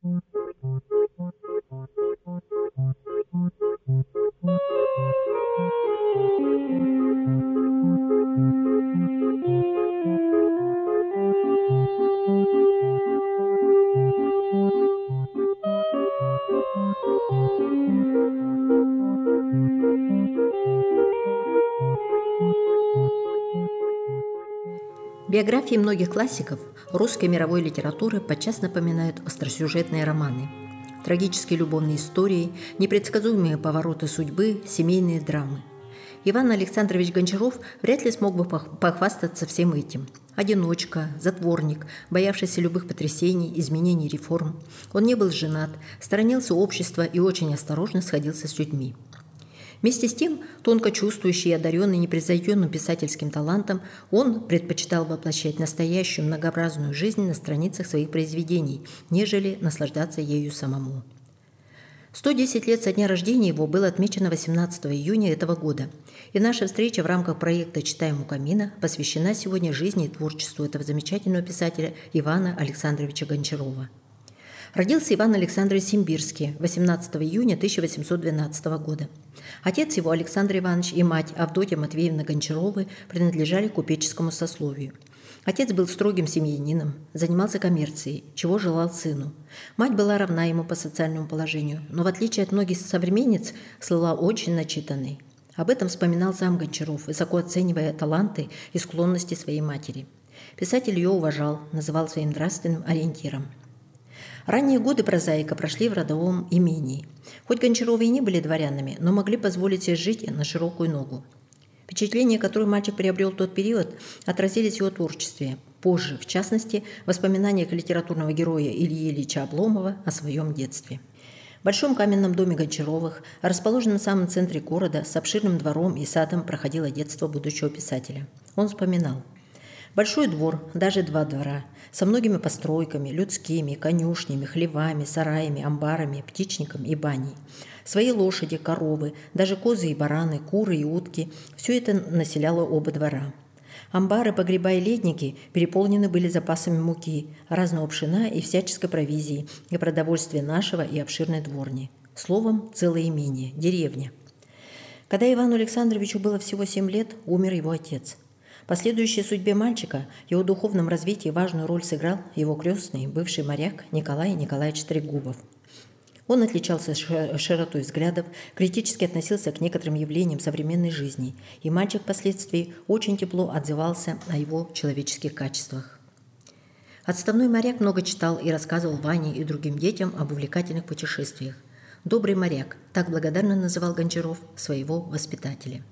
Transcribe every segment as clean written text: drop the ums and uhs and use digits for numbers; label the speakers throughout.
Speaker 1: Биографии многих классиков русской мировой литературы подчас напоминают остросюжетные романы. Трагические любовные истории, непредсказуемые повороты судьбы, семейные драмы. Иван Александрович Гончаров вряд ли смог бы похвастаться всем этим. Одиночка, затворник, боявшийся любых потрясений, изменений, реформ. Он не был женат, сторонился общества и очень осторожно сходился с людьми. Вместе с тем, тонко чувствующий и одаренный непревзойденным писательским талантом, он предпочитал воплощать настоящую многообразную жизнь на страницах своих произведений, нежели наслаждаться ею самому. 110 лет со дня рождения его было отмечено 18 июня этого года, и наша встреча в рамках проекта «Читаем у камина» посвящена сегодня жизни и творчеству этого замечательного писателя Ивана Александровича Гончарова. Родился Иван Александрович Симбирский 18 июня 1812 года. Отец его, Александр Иванович, и мать Авдотья Матвеевна Гончаровы принадлежали к купеческому сословию. Отец был строгим семьянином, занимался коммерцией, чего желал сыну. Мать была равна ему по социальному положению, но в отличие от многих современниц, слыла очень начитанной. Об этом вспоминал сам Гончаров, высоко оценивая таланты и склонности своей матери. Писатель ее уважал, называл своим нравственным ориентиром. Ранние годы прозаика прошли в родовом имении. Хоть Гончаровы и не были дворянами, но могли позволить себе жить на широкую ногу. Впечатления, которые мальчик приобрел в тот период, отразились в его творчестве. Позже, в частности, в воспоминаниях литературного героя Ильи Ильича Обломова о своем детстве. В большом каменном доме Гончаровых, расположенном в самом центре города, с обширным двором и садом проходило детство будущего писателя. Он вспоминал: большой двор, даже два двора, со многими постройками, людскими, конюшнями, хлевами, сараями, амбарами, птичником и баней. Свои лошади, коровы, даже козы и бараны, куры и утки – все это населяло оба двора. Амбары, погреба и ледники переполнены были запасами муки, разного пшена и всяческой провизии, и продовольствия нашего и обширной дворни. Словом, целое имение, деревня. Когда Ивану Александровичу было всего 7 лет, умер его отец. В последующей судьбе мальчика, его духовном развитии важную роль сыграл его крестный, бывший моряк Николай Николаевич Трегубов. Он отличался широтой взглядов, критически относился к некоторым явлениям современной жизни, и мальчик впоследствии очень тепло отзывался о его человеческих качествах. Отставной моряк много читал и рассказывал Ване и другим детям об увлекательных путешествиях. «Добрый моряк», так благодарно называл Гончаров своего воспитателя.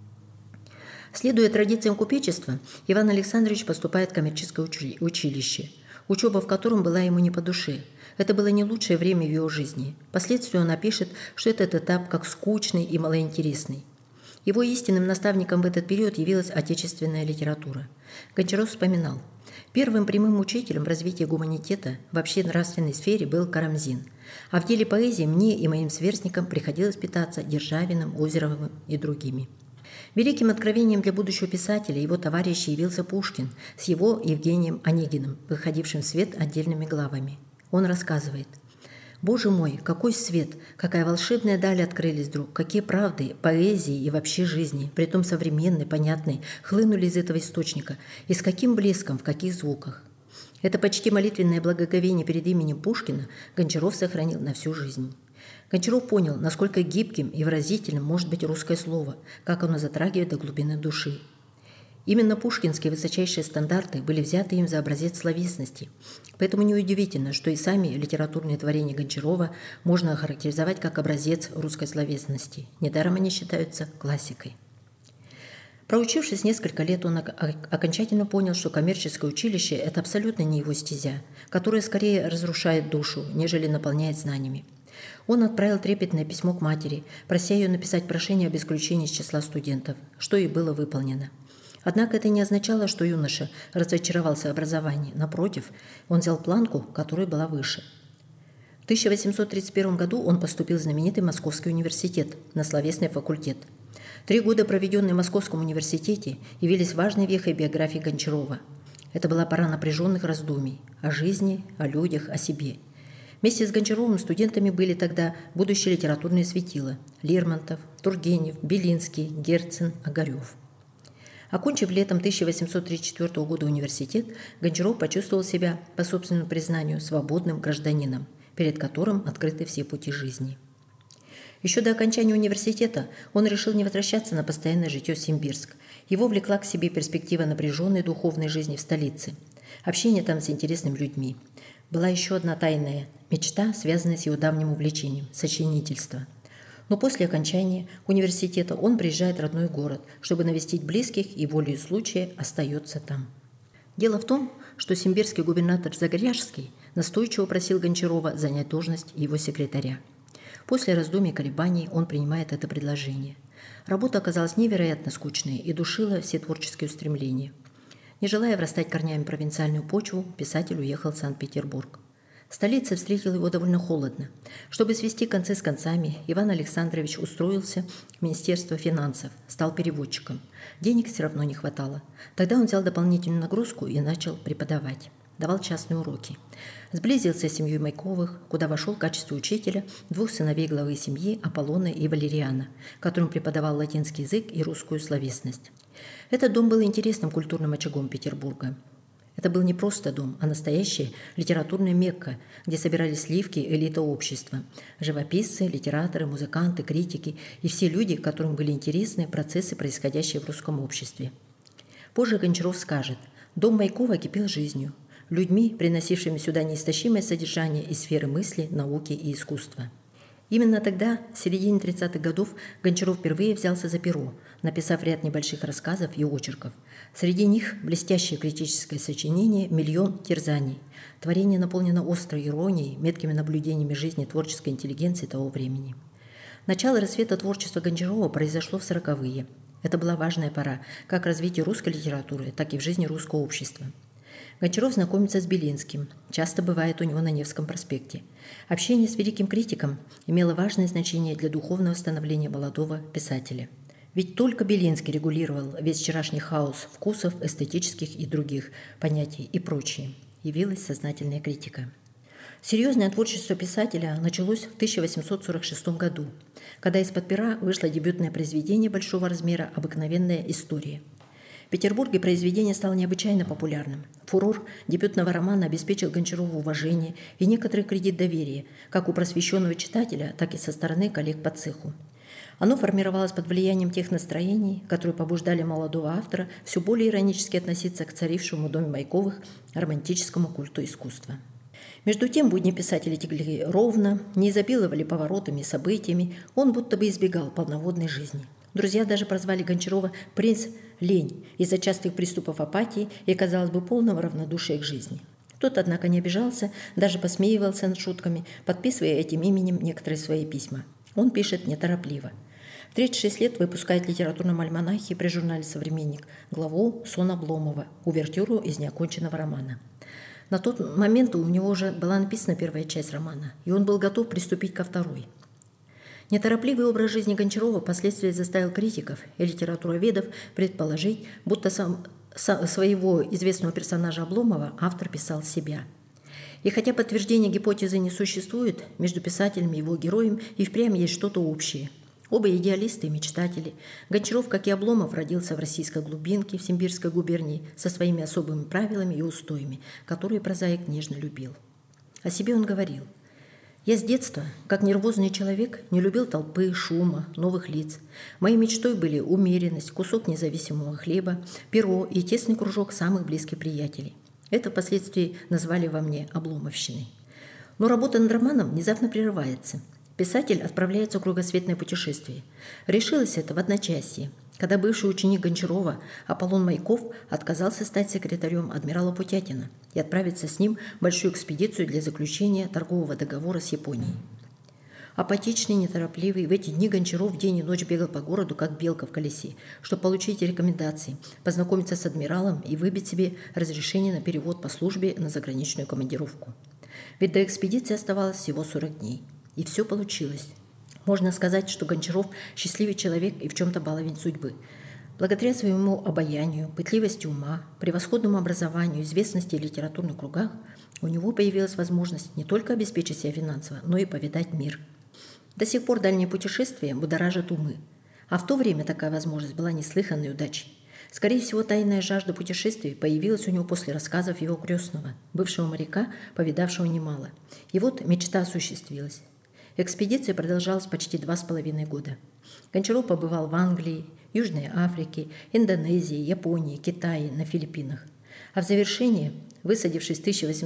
Speaker 1: Следуя традициям купечества, Иван Александрович поступает в коммерческое училище, учеба в котором была ему не по душе. Это было не лучшее время в его жизни. Впоследствии он напишет, что этот этап как скучный и малоинтересный. Его истинным наставником в этот период явилась отечественная литература. Гончаров вспоминал: первым прямым учителем в развитии гуманитета в общенравственной сфере был Карамзин, а в деле поэзии мне и моим сверстникам приходилось питаться Державиным, Озеровым и другими. Великим откровением для будущего писателя его товарища явился Пушкин с его Евгением Онегиным, выходившим в свет отдельными главами. Он рассказывает: «Боже мой, какой свет, какая волшебная даль открылись вдруг, какие правды, поэзии и вообще жизни, притом современной, понятной, хлынули из этого источника, и с каким блеском, в каких звуках». Это почти молитвенное благоговение перед именем Пушкина Гончаров сохранил на всю жизнь. Гончаров понял, насколько гибким и выразительным может быть русское слово, как оно затрагивает до глубины души. Именно пушкинские высочайшие стандарты были взяты им за образец словесности, поэтому неудивительно, что и сами литературные творения Гончарова можно охарактеризовать как образец русской словесности. Недаром они считаются классикой. Проучившись несколько лет, он окончательно понял, что коммерческое училище – это абсолютно не его стезя, которая скорее разрушает душу, нежели наполняет знаниями. Он отправил трепетное письмо к матери, прося ее написать прошение об исключении из числа студентов, что и было выполнено. Однако это не означало, что юноша разочаровался в образовании. Напротив, он взял планку, которая была выше. В 1831 году он поступил в знаменитый Московский университет на словесный факультет. 3 года, проведенные в Московском университете, явились важной вехой биографии Гончарова. Это была пора напряженных раздумий о жизни, о людях, о себе. Вместе с Гончаровым студентами были тогда будущие литературные светила – Лермонтов, Тургенев, Белинский, Герцен, Огарев. Окончив летом 1834 года университет, Гончаров почувствовал себя, по собственному признанию, свободным гражданином, перед которым открыты все пути жизни. Еще до окончания университета он решил не возвращаться на постоянное житье в Симбирск. Его влекла к себе перспектива напряженной духовной жизни в столице, общение там с интересными людьми. Была еще одна тайная мечта, связанная с его давним увлечением – сочинительство. Но после окончания университета он приезжает в родной город, чтобы навестить близких и волею случая остается там. Дело в том, что симбирский губернатор Загряжский настойчиво просил Гончарова занять должность его секретаря. После раздумий и колебаний он принимает это предложение. Работа оказалась невероятно скучной и душила все творческие устремления. Не желая врастать корнями в провинциальную почву, писатель уехал в Санкт-Петербург. Столица встретила его довольно холодно. Чтобы свести концы с концами, Иван Александрович устроился в Министерство финансов, стал переводчиком. Денег все равно не хватало. Тогда он взял дополнительную нагрузку и начал преподавать. Давал частные уроки. Сблизился с семьей Майковых, куда вошел в качестве учителя двух сыновей главы семьи Аполлона и Валериана, которым преподавал латинский язык и русскую словесность. Этот дом был интересным культурным очагом Петербурга. Это был не просто дом, а настоящая литературная Мекка, где собирались сливки элиты общества, живописцы, литераторы, музыканты, критики и все люди, которым были интересны процессы, происходящие в русском обществе. Позже Гончаров скажет: «Дом Майкова кипел жизнью, людьми, приносившими сюда неистощимое содержание из сферы мысли, науки и искусства». Именно тогда, в середине 30-х годов, Гончаров впервые взялся за перо, написав ряд небольших рассказов и очерков. Среди них блестящее критическое сочинение «Миллион терзаний». Творение наполнено острой иронией, меткими наблюдениями жизни творческой интеллигенции того времени. Начало рассвета творчества Гончарова произошло в 40-е. Это была важная пора как в развитии русской литературы, так и в жизни русского общества. Гончаров знакомится с Белинским, часто бывает у него на Невском проспекте. Общение с великим критиком имело важное значение для духовного становления молодого писателя. Ведь только Белинский регулировал весь вчерашний хаос вкусов, эстетических и других понятий и прочее. Явилась сознательная критика. Серьезное творчество писателя началось в 1846 году, когда из-под пера вышло дебютное произведение большого размера «Обыкновенная история». В Петербурге произведение стало необычайно популярным. Фурор дебютного романа обеспечил Гончарову уважение и некоторый кредит доверия, как у просвещенного читателя, так и со стороны коллег по цеху. Оно формировалось под влиянием тех настроений, которые побуждали молодого автора все более иронически относиться к царившему в доме Майковых романтическому культу искусства. Между тем будни писателя текли ровно, не изобиловали поворотами и событиями, он будто бы избегал полноводной жизни. Друзья даже прозвали Гончарова «принц лень» из-за частых приступов апатии и, казалось бы, полного равнодушия к жизни. Тот, однако, не обижался, даже посмеивался над шутками, подписывая этим именем некоторые свои письма. Он пишет неторопливо. В 36 лет выпускает в литературном альманахе при журнале «Современник» главу «Сон Обломова», увертюру из неоконченного романа. На тот момент у него уже была написана первая часть романа, и он был готов приступить ко второй. Неторопливый образ жизни Гончарова впоследствии заставил критиков и литературоведов предположить, будто своего известного персонажа Обломова автор писал себя. И хотя подтверждения гипотезы не существует, между писателем и его героем и впрямь есть что-то общее. Оба идеалисты и мечтатели. Гончаров, как и Обломов, родился в российской глубинке, в Симбирской губернии, со своими особыми правилами и устоями, которые прозаик нежно любил. О себе он говорил: «Я с детства, как нервозный человек, не любил толпы, шума, новых лиц. Моей мечтой были умеренность, кусок независимого хлеба, перо и тесный кружок самых близких приятелей. Это впоследствии назвали во мне обломовщиной». Но работа над романом внезапно прерывается. Писатель отправляется в кругосветное путешествие. Решилось это в одночасье, когда бывший ученик Гончарова Аполлон Майков отказался стать секретарем адмирала Путятина и отправиться с ним в большую экспедицию для заключения торгового договора с Японией. Апатичный, неторопливый, в эти дни Гончаров день и ночь бегал по городу, как белка в колесе, чтобы получить рекомендации, познакомиться с адмиралом и выбить себе разрешение на перевод по службе на заграничную командировку. Ведь до экспедиции оставалось всего 40 дней. И все получилось. Можно сказать, что Гончаров – счастливый человек и в чем-то баловень судьбы. Благодаря своему обаянию, пытливости ума, превосходному образованию, известности в литературных кругах, у него появилась возможность не только обеспечить себя финансово, но и повидать мир. До сих пор дальние путешествия будоражат умы, а в то время такая возможность была неслыханной удачей. Скорее всего, тайная жажда путешествий появилась у него после рассказов его крестного, бывшего моряка, повидавшего немало. И вот мечта осуществилась. Экспедиция продолжалась почти 2,5 года. Гончаров побывал в Англии, Южной Африке, Индонезии, Японии, Китае, на Филиппинах. А в завершение, высадившись в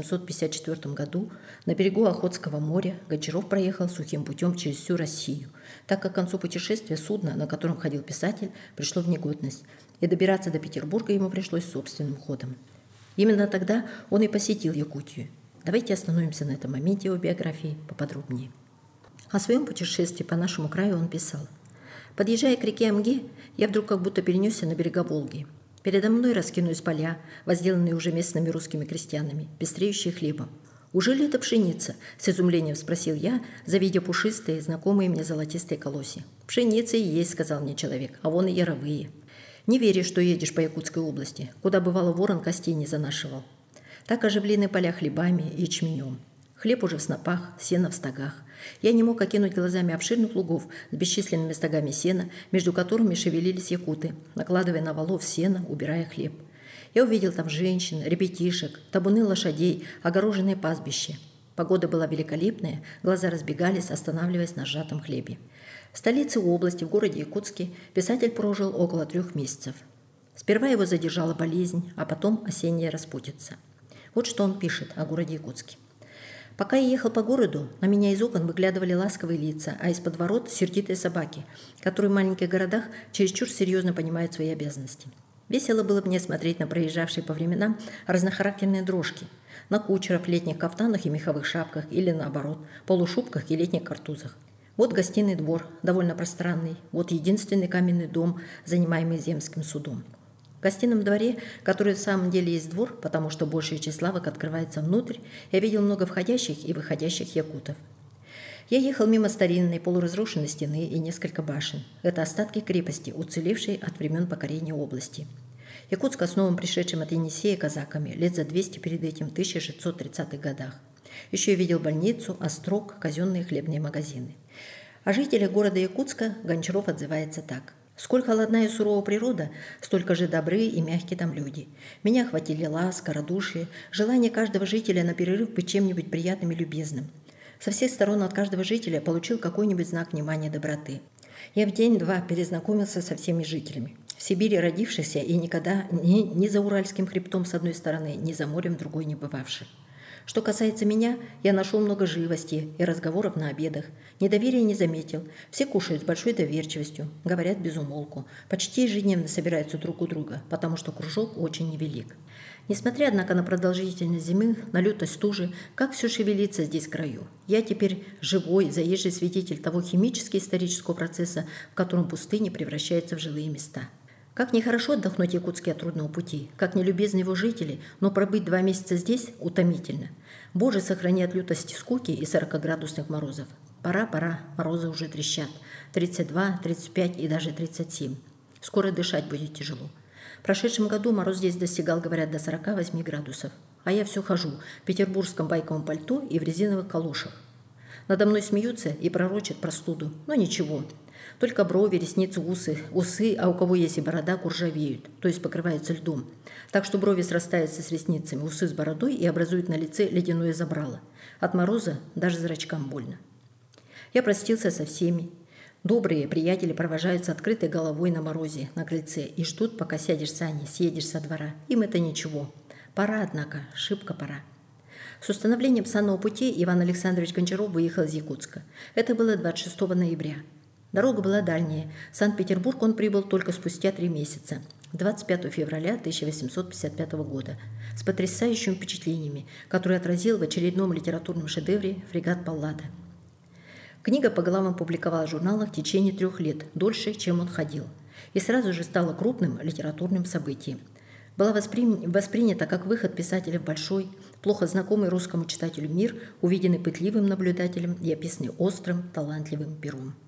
Speaker 1: 1854 году на берегу Охотского моря, Гончаров проехал сухим путем через всю Россию, так как к концу путешествия судно, на котором ходил писатель, пришло в негодность, и добираться до Петербурга ему пришлось собственным ходом. Именно тогда он и посетил Якутию. Давайте остановимся на этом моменте его биографии поподробнее. О своем путешествии по нашему краю он писал: «Подъезжая к реке Амге, я вдруг как будто перенесся на берега Волги. Передо мной раскинулись поля, возделанные уже местными русскими крестьянами, пестреющие хлебом. «Уже ли это пшеница?» – с изумлением спросил я, завидя пушистые, знакомые мне золотистые колосья. «Пшеница и есть», – сказал мне человек, – «а вон и яровые». Не веришь, что едешь по Якутской области, куда бывало ворон костей не занашивал. Так оживлены поля хлебами и ячменем. Хлеб уже в снопах, сено в стогах. Я не мог окинуть глазами обширных лугов с бесчисленными стогами сена, между которыми шевелились якуты, накладывая на валов сено, убирая хлеб. Я увидел там женщин, ребятишек, табуны лошадей, огороженные пастбища. Погода была великолепная, глаза разбегались, останавливаясь на сжатом хлебе. В столице области, в городе Якутске, писатель прожил около 3 месяцев. Сперва его задержала болезнь, а потом осенняя распутица. Вот что он пишет о городе Якутске. «Пока я ехал по городу, на меня из окон выглядывали ласковые лица, а из-под ворот сердитые собаки, которые в маленьких городах чересчур серьезно понимают свои обязанности. Весело было мне смотреть на проезжавшие по временам разнохарактерные дрожки, на кучеров в летних кафтанах и меховых шапках или, наоборот, полушубках и летних картузах. Вот гостиный двор, довольно пространный, вот единственный каменный дом, занимаемый земским судом. В гостином дворе, который в самом деле есть двор, потому что большая часть лавок открывается внутрь, я видел много входящих и выходящих якутов. Я ехал мимо старинной полуразрушенной стены и несколько башен. Это остатки крепости, уцелевшей от времен покорения области. Якутск основан пришедшим от Енисея казаками лет за 200 перед этим, в 1630-х годах. Еще я видел больницу, острог, казенные хлебные магазины. О жителях города Якутска Гончаров отзывается так. «Сколь холодна и сурова природа, столько же добры и мягкие там люди. Меня охватили ласка, радушие, желание каждого жителя на перерыв быть чем-нибудь приятным и любезным. Со всех сторон от каждого жителя получил какой-нибудь знак внимания доброты. Я в день-два перезнакомился со всеми жителями. В Сибири родившихся и никогда ни за Уральским хребтом с одной стороны, ни за морем другой не бывавших. Что касается меня, я нашел много живости и разговоров на обедах. Недоверия не заметил. Все кушают с большой доверчивостью, говорят без умолку. Почти ежедневно собираются друг у друга, потому что кружок очень невелик. Несмотря, однако, на продолжительность зимы, на лютость стужи, как все шевелится здесь в краю. Я теперь живой, заезжий свидетель того химически-исторического процесса, в котором пустыни превращаются в жилые места. Как нехорошо отдохнуть в Якутске от трудного пути, как нелюбезны его жители, но пробыть 2 месяца здесь утомительно. Боже, сохрани от лютости скуки и 40-градусных морозов. Пора, морозы уже трещат. 32, 35 и даже 37. Скоро дышать будет тяжело. В прошедшем году мороз здесь достигал, говорят, до 48 градусов. А я все хожу в петербургском байковом пальто и в резиновых калошах. Надо мной смеются и пророчат простуду, но ничего. Только брови, ресницы, усы, а у кого есть и борода, куржавеют, то есть покрываются льдом. Так что брови срастаются с ресницами, усы с бородой и образуют на лице ледяное забрало. От мороза даже зрачкам больно. Я простился со всеми. Добрые приятели провожают с открытой головой на морозе, на крыльце и ждут, пока сядешь в сани, съедешь со двора. Им это ничего. Пора, однако, шибко пора. С установлением санного пути Иван Александрович Гончаров выехал из Якутска. Это было 26 ноября. Дорога была дальняя. В Санкт-Петербург он прибыл только спустя 3 месяца, 25 февраля 1855 года, с потрясающими впечатлениями, которые отразил в очередном литературном шедевре «Фрегат Паллада». Книга по главам публиковалась в журналах в течение 3 лет, дольше, чем он ходил, и сразу же стала крупным литературным событием. Была воспринята как выход писателя в большой, плохо знакомый русскому читателю мир, увиденный пытливым наблюдателем и описанный острым, талантливым пером.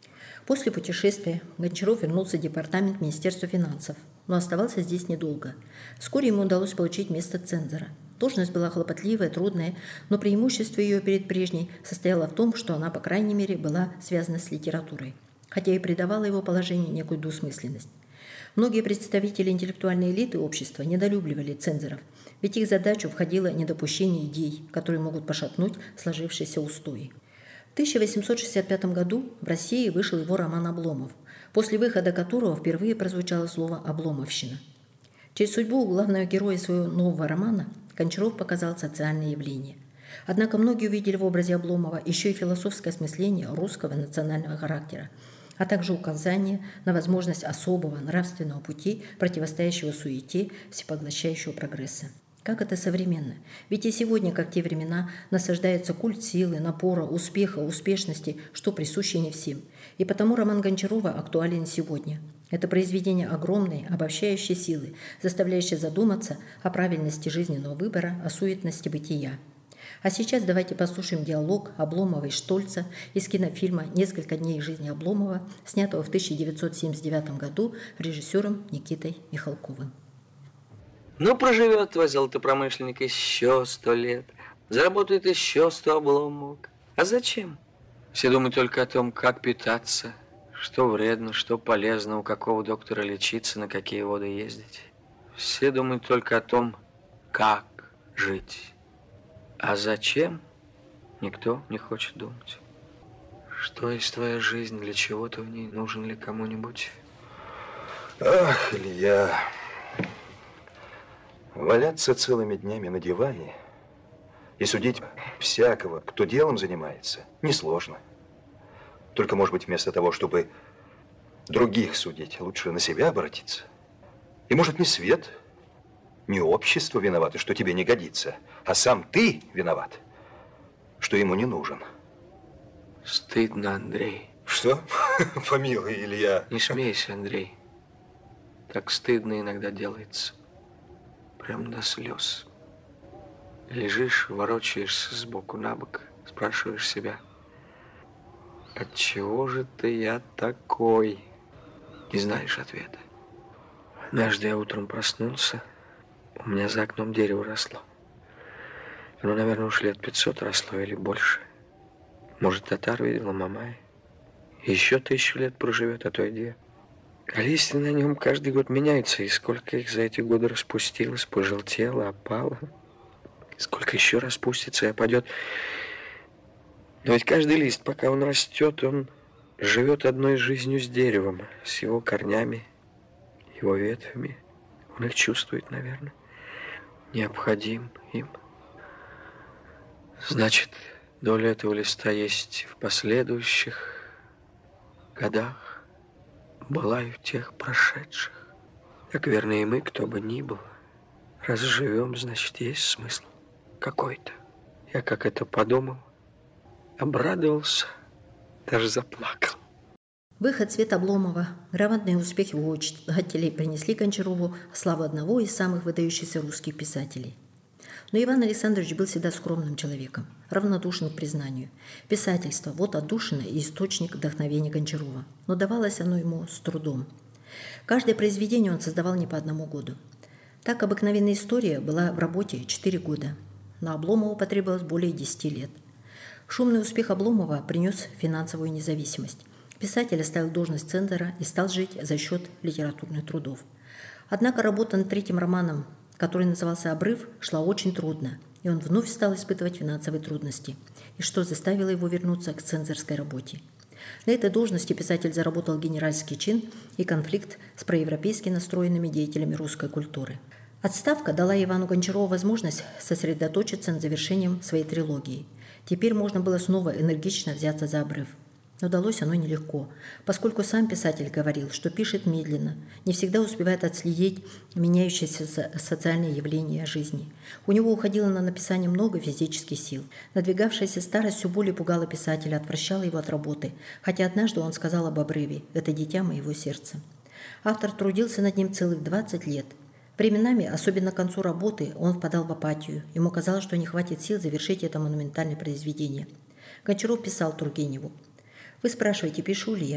Speaker 1: После путешествия Гончаров вернулся в департамент Министерства финансов, но оставался здесь недолго. Вскоре ему удалось получить место цензора. Должность была хлопотливая, трудная, но преимущество ее перед прежней состояло в том, что она, по крайней мере, была связана с литературой, хотя и придавала его положению некую двусмысленность. Многие представители интеллектуальной элиты общества недолюбливали цензоров, ведь их задачу входило недопущение идей, которые могут пошатнуть сложившиеся устои. В 1865 году в России вышел его роман «Обломов», после выхода которого впервые прозвучало слово «обломовщина». Через судьбу главного героя своего нового романа Гончаров показал социальные явления. Однако многие увидели в образе Обломова еще и философское осмысление русского национального характера, а также указание на возможность особого нравственного пути, противостоящего суете всепоглощающего прогресса. Как это современно? Ведь и сегодня, как в те времена, насаждается культ силы, напора, успеха, успешности, что присуще не всем. И потому роман Гончарова актуален сегодня. Это произведение огромной, обобщающей силы, заставляющее задуматься о правильности жизненного выбора, о суетности бытия. А сейчас давайте послушаем диалог Обломова и Штольца из кинофильма «Несколько дней жизни Обломова», снятого в 1979 году режиссером Никитой Михалковым.
Speaker 2: Ну, проживет твой золотопромышленник еще 100 лет, заработает еще 100 обломок. А зачем? Все думают только о том, как питаться, что вредно, что полезно, у какого доктора лечиться, на какие воды ездить. Все думают только о том, как жить. А зачем? Никто не хочет думать. Что есть твоя жизнь, для чего ты в ней, нужен ли кому-нибудь?
Speaker 3: Ах, Илья, валяться целыми днями на диване и судить всякого, кто делом занимается, несложно. Только, может быть, вместо того, чтобы других судить, лучше на себя обратиться. И, может, не свет, не общество виновато, что тебе не годится, а сам ты виноват, что ему не нужен.
Speaker 2: Стыдно, Андрей.
Speaker 3: Что? Помилуй, Илья.
Speaker 2: Не смейся, Андрей. Так стыдно иногда делается. Прям до слез. Лежишь, ворочаешься сбоку на бок, спрашиваешь себя, отчего же ты я такой? Не знаешь ответа. Однажды я утром проснулся, у меня за окном дерево росло. Оно, наверное, уж лет 500 росло или больше. Может, татар видела, Мамай. Еще 1000 лет проживет, а то и 2. А листья на нем каждый год меняются, и сколько их за эти годы распустилось, пожелтело, опало. Сколько еще распустится и опадет. Но ведь каждый лист, пока он растет, он живет одной жизнью с деревом, с его корнями, его ветвями. Он их чувствует, наверное, необходим им. Значит, доля этого листа есть в последующих годах, была и в тех прошедших. Так верно и мы, кто бы ни был. Раз живем, значит, есть смысл какой-то. Я как это подумал, обрадовался, даже заплакал.
Speaker 1: Выход «Свет Обломова», громадный успех его читателей принесли Гончарову славу одного из самых выдающихся русских писателей. Но Иван Александрович был всегда скромным человеком, равнодушным к признанию. Писательство – вот отдушина и источник вдохновения Гончарова, но давалось оно ему с трудом. Каждое произведение он создавал не по одному году. Так «Обыкновенная история» была в работе 4 года, но Обломову потребовалось более 10 лет. Шумный успех Обломова принес финансовую независимость. Писатель оставил должность цензора и стал жить за счет литературных трудов. Однако работа над третьим романом, который назывался «Обрыв», шла очень трудно, и он вновь стал испытывать финансовые трудности, и что заставило его вернуться к цензорской работе. На этой должности писатель заработал генеральский чин и конфликт с проевропейски настроенными деятелями русской культуры. Отставка дала Ивану Гончарову возможность сосредоточиться над завершением своей трилогии. Теперь можно было снова энергично взяться за «Обрыв». Но далось оно нелегко, поскольку сам писатель говорил, что пишет медленно, не всегда успевает отследить меняющиеся социальные явления жизни. У него уходило на написание много физических сил. Надвигавшаяся старость все более пугала писателя, отвращала его от работы, хотя однажды он сказал об «Обрыве» – «это дитя моего сердца». Автор трудился над ним целых 20 лет. Временами, особенно к концу работы, он впадал в апатию. Ему казалось, что не хватит сил завершить это монументальное произведение. Гончаров писал Тургеневу: «Вы спрашиваете, пишу ли я?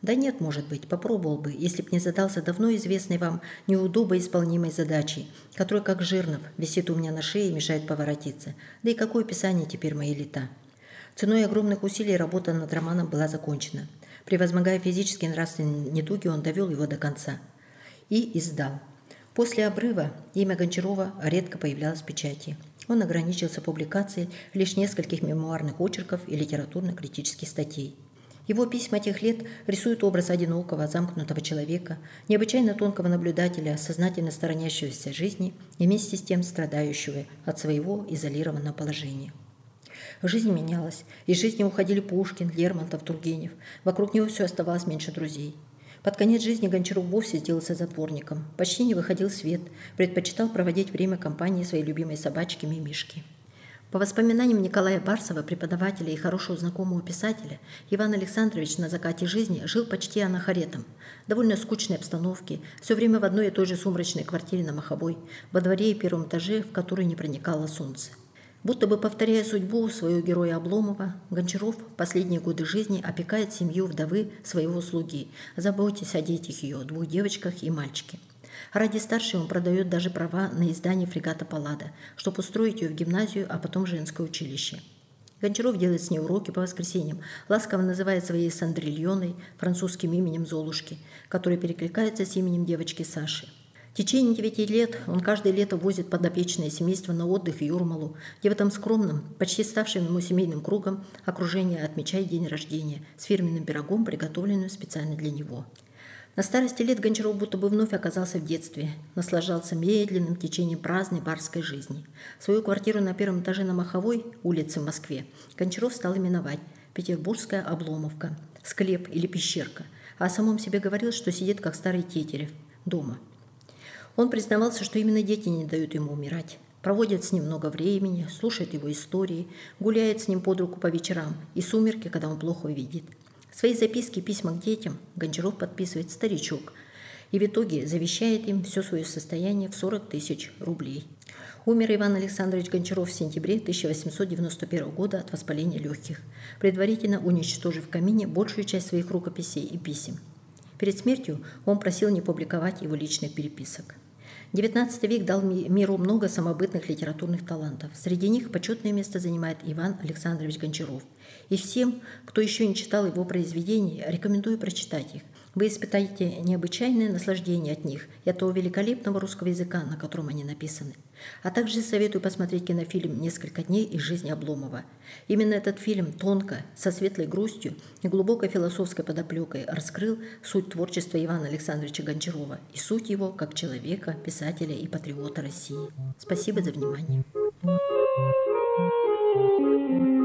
Speaker 1: Да нет, может быть, попробовал бы, если б не задался давно известной вам неудобоисполнимой задачей, которая, как Жирнов, висит у меня на шее и мешает поворотиться. Да и какое писание теперь мои лета? Ценой огромных усилий работа над романом была закончена. Превозмогая физические и нравственные недуги, он довел его до конца. И издал. После обрыва имя Гончарова редко появлялось в печати. Он ограничился публикацией лишь нескольких мемуарных очерков и литературно-критических статей. Его письма тех лет рисуют образ одинокого, замкнутого человека, необычайно тонкого наблюдателя, сознательно сторонящегося жизни и вместе с тем страдающего от своего изолированного положения. Жизнь менялась, из жизни уходили Пушкин, Лермонтов, Тургенев. Вокруг него все оставалось меньше друзей. Под конец жизни Гончаров вовсе сделался затворником, почти не выходил в свет, предпочитал проводить время компанией своей любимой собачки Мимишки. По воспоминаниям Николая Барсова, преподавателя и хорошего знакомого писателя, Иван Александрович на закате жизни жил почти анахоретом. Довольно скучной обстановке, все время в одной и той же сумрачной квартире на Маховой, во дворе и первом этаже, в который не проникало солнце. Будто бы повторяя судьбу своего героя Обломова, Гончаров последние годы жизни опекает семью вдовы своего слуги, заботясь о детях ее, 2 девочках и мальчике. Ради старшей он продает даже права на издание фрегата «Паллада», чтобы устроить ее в гимназию, а потом в женское училище. Гончаров делает с ней уроки по воскресеньям, ласково называет своей Сандрильоной, французским именем Золушки, который перекликается с именем девочки Саши. В течение 9 лет он каждое лето возит подопечное семейство на отдых в Юрмалу, где в этом скромном, почти ставшем ему семейным кругом, окружение отмечает день рождения с фирменным пирогом, приготовленным специально для него. На старости лет Гончаров будто бы вновь оказался в детстве, наслаждался медленным течением праздной барской жизни. Свою квартиру на первом этаже на Маховой улице в Москве Гончаров стал именовать «Петербургская Обломовка», «Склеп» или «Пещерка», а о самом себе говорил, что сидит как старый Тетерев дома. Он признавался, что именно дети не дают ему умирать. Проводят с ним много времени, слушают его истории, гуляет с ним под руку по вечерам и сумерки, когда он плохо видит. Свои записки и письма к детям Гончаров подписывает «Старичок» и в итоге завещает им все свое состояние в 40 000 рублей. Умер Иван Александрович Гончаров в сентябре 1891 года от воспаления легких, предварительно уничтожив в камине большую часть своих рукописей и писем. Перед смертью он просил не публиковать его личных переписок. XIX век дал миру много самобытных литературных талантов. Среди них почетное место занимает Иван Александрович Гончаров. И всем, кто еще не читал его произведений, рекомендую прочитать их. Вы испытаете необычайное наслаждение от них и от того великолепного русского языка, на котором они написаны. А также советую посмотреть кинофильм «Несколько дней из жизни Обломова». Именно этот фильм тонко, со светлой грустью и глубокой философской подоплекой раскрыл суть творчества Ивана Александровича Гончарова и суть его как человека, писателя и патриота России. Спасибо за внимание.